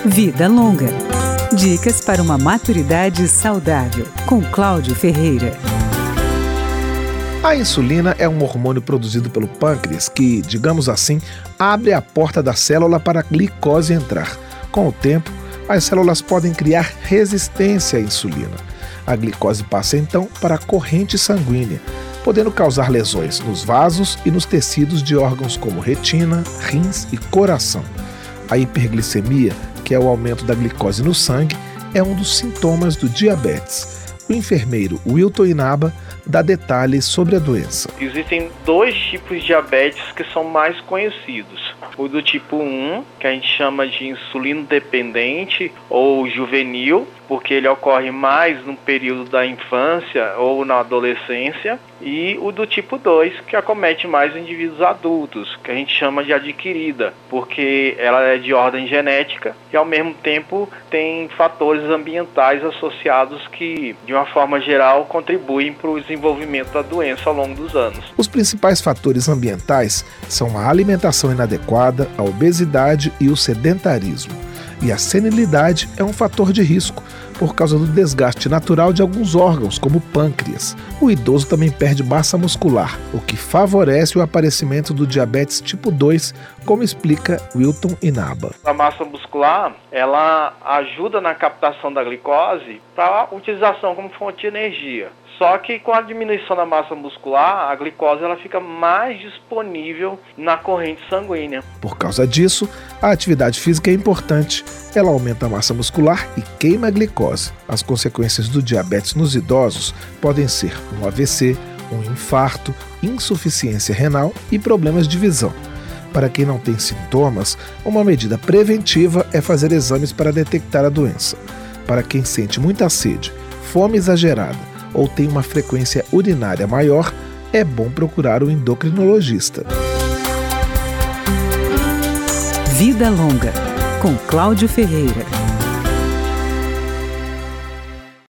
Vida Longa. Dicas para uma maturidade saudável, com Cláudio Ferreira. A insulina é um hormônio produzido pelo pâncreas que, digamos assim, abre a porta da célula para a glicose entrar. Com o tempo, as células podem criar resistência à insulina. A glicose passa então para a corrente sanguínea, podendo causar lesões nos vasos e nos tecidos de órgãos como retina, rins e coração. A hiperglicemia, que é o aumento da glicose no sangue, é um dos sintomas do diabetes. O enfermeiro Wilton Inaba dá detalhes sobre a doença. Existem dois tipos de diabetes que são mais conhecidos. O do tipo 1, que a gente chama de insulino dependente ou juvenil, porque ele ocorre mais no período da infância ou na adolescência, e o do tipo 2, que acomete mais indivíduos adultos, que a gente chama de adquirida, porque ela é de ordem genética e ao mesmo tempo tem fatores ambientais associados que, de uma forma geral, contribuem para o desenvolvimento da doença ao longo dos anos. Os principais fatores ambientais são a alimentação inadequada, a obesidade e o sedentarismo. E a senilidade é um fator de risco, por causa do desgaste natural de alguns órgãos, como o pâncreas. O idoso também perde massa muscular, o que favorece o aparecimento do diabetes tipo 2, como explica Wilton Inaba. A massa muscular, ela ajuda na captação da glicose para a utilização como fonte de energia. Só que com a diminuição da massa muscular, a glicose ela fica mais disponível na corrente sanguínea. Por causa disso, a atividade física é importante. Ela aumenta a massa muscular e queima a glicose. As consequências do diabetes nos idosos podem ser um AVC, um infarto, insuficiência renal e problemas de visão. Para quem não tem sintomas, uma medida preventiva é fazer exames para detectar a doença. Para quem sente muita sede, fome exagerada ou tem uma frequência urinária maior, é bom procurar um endocrinologista. Vida Longa, com Cláudio Ferreira.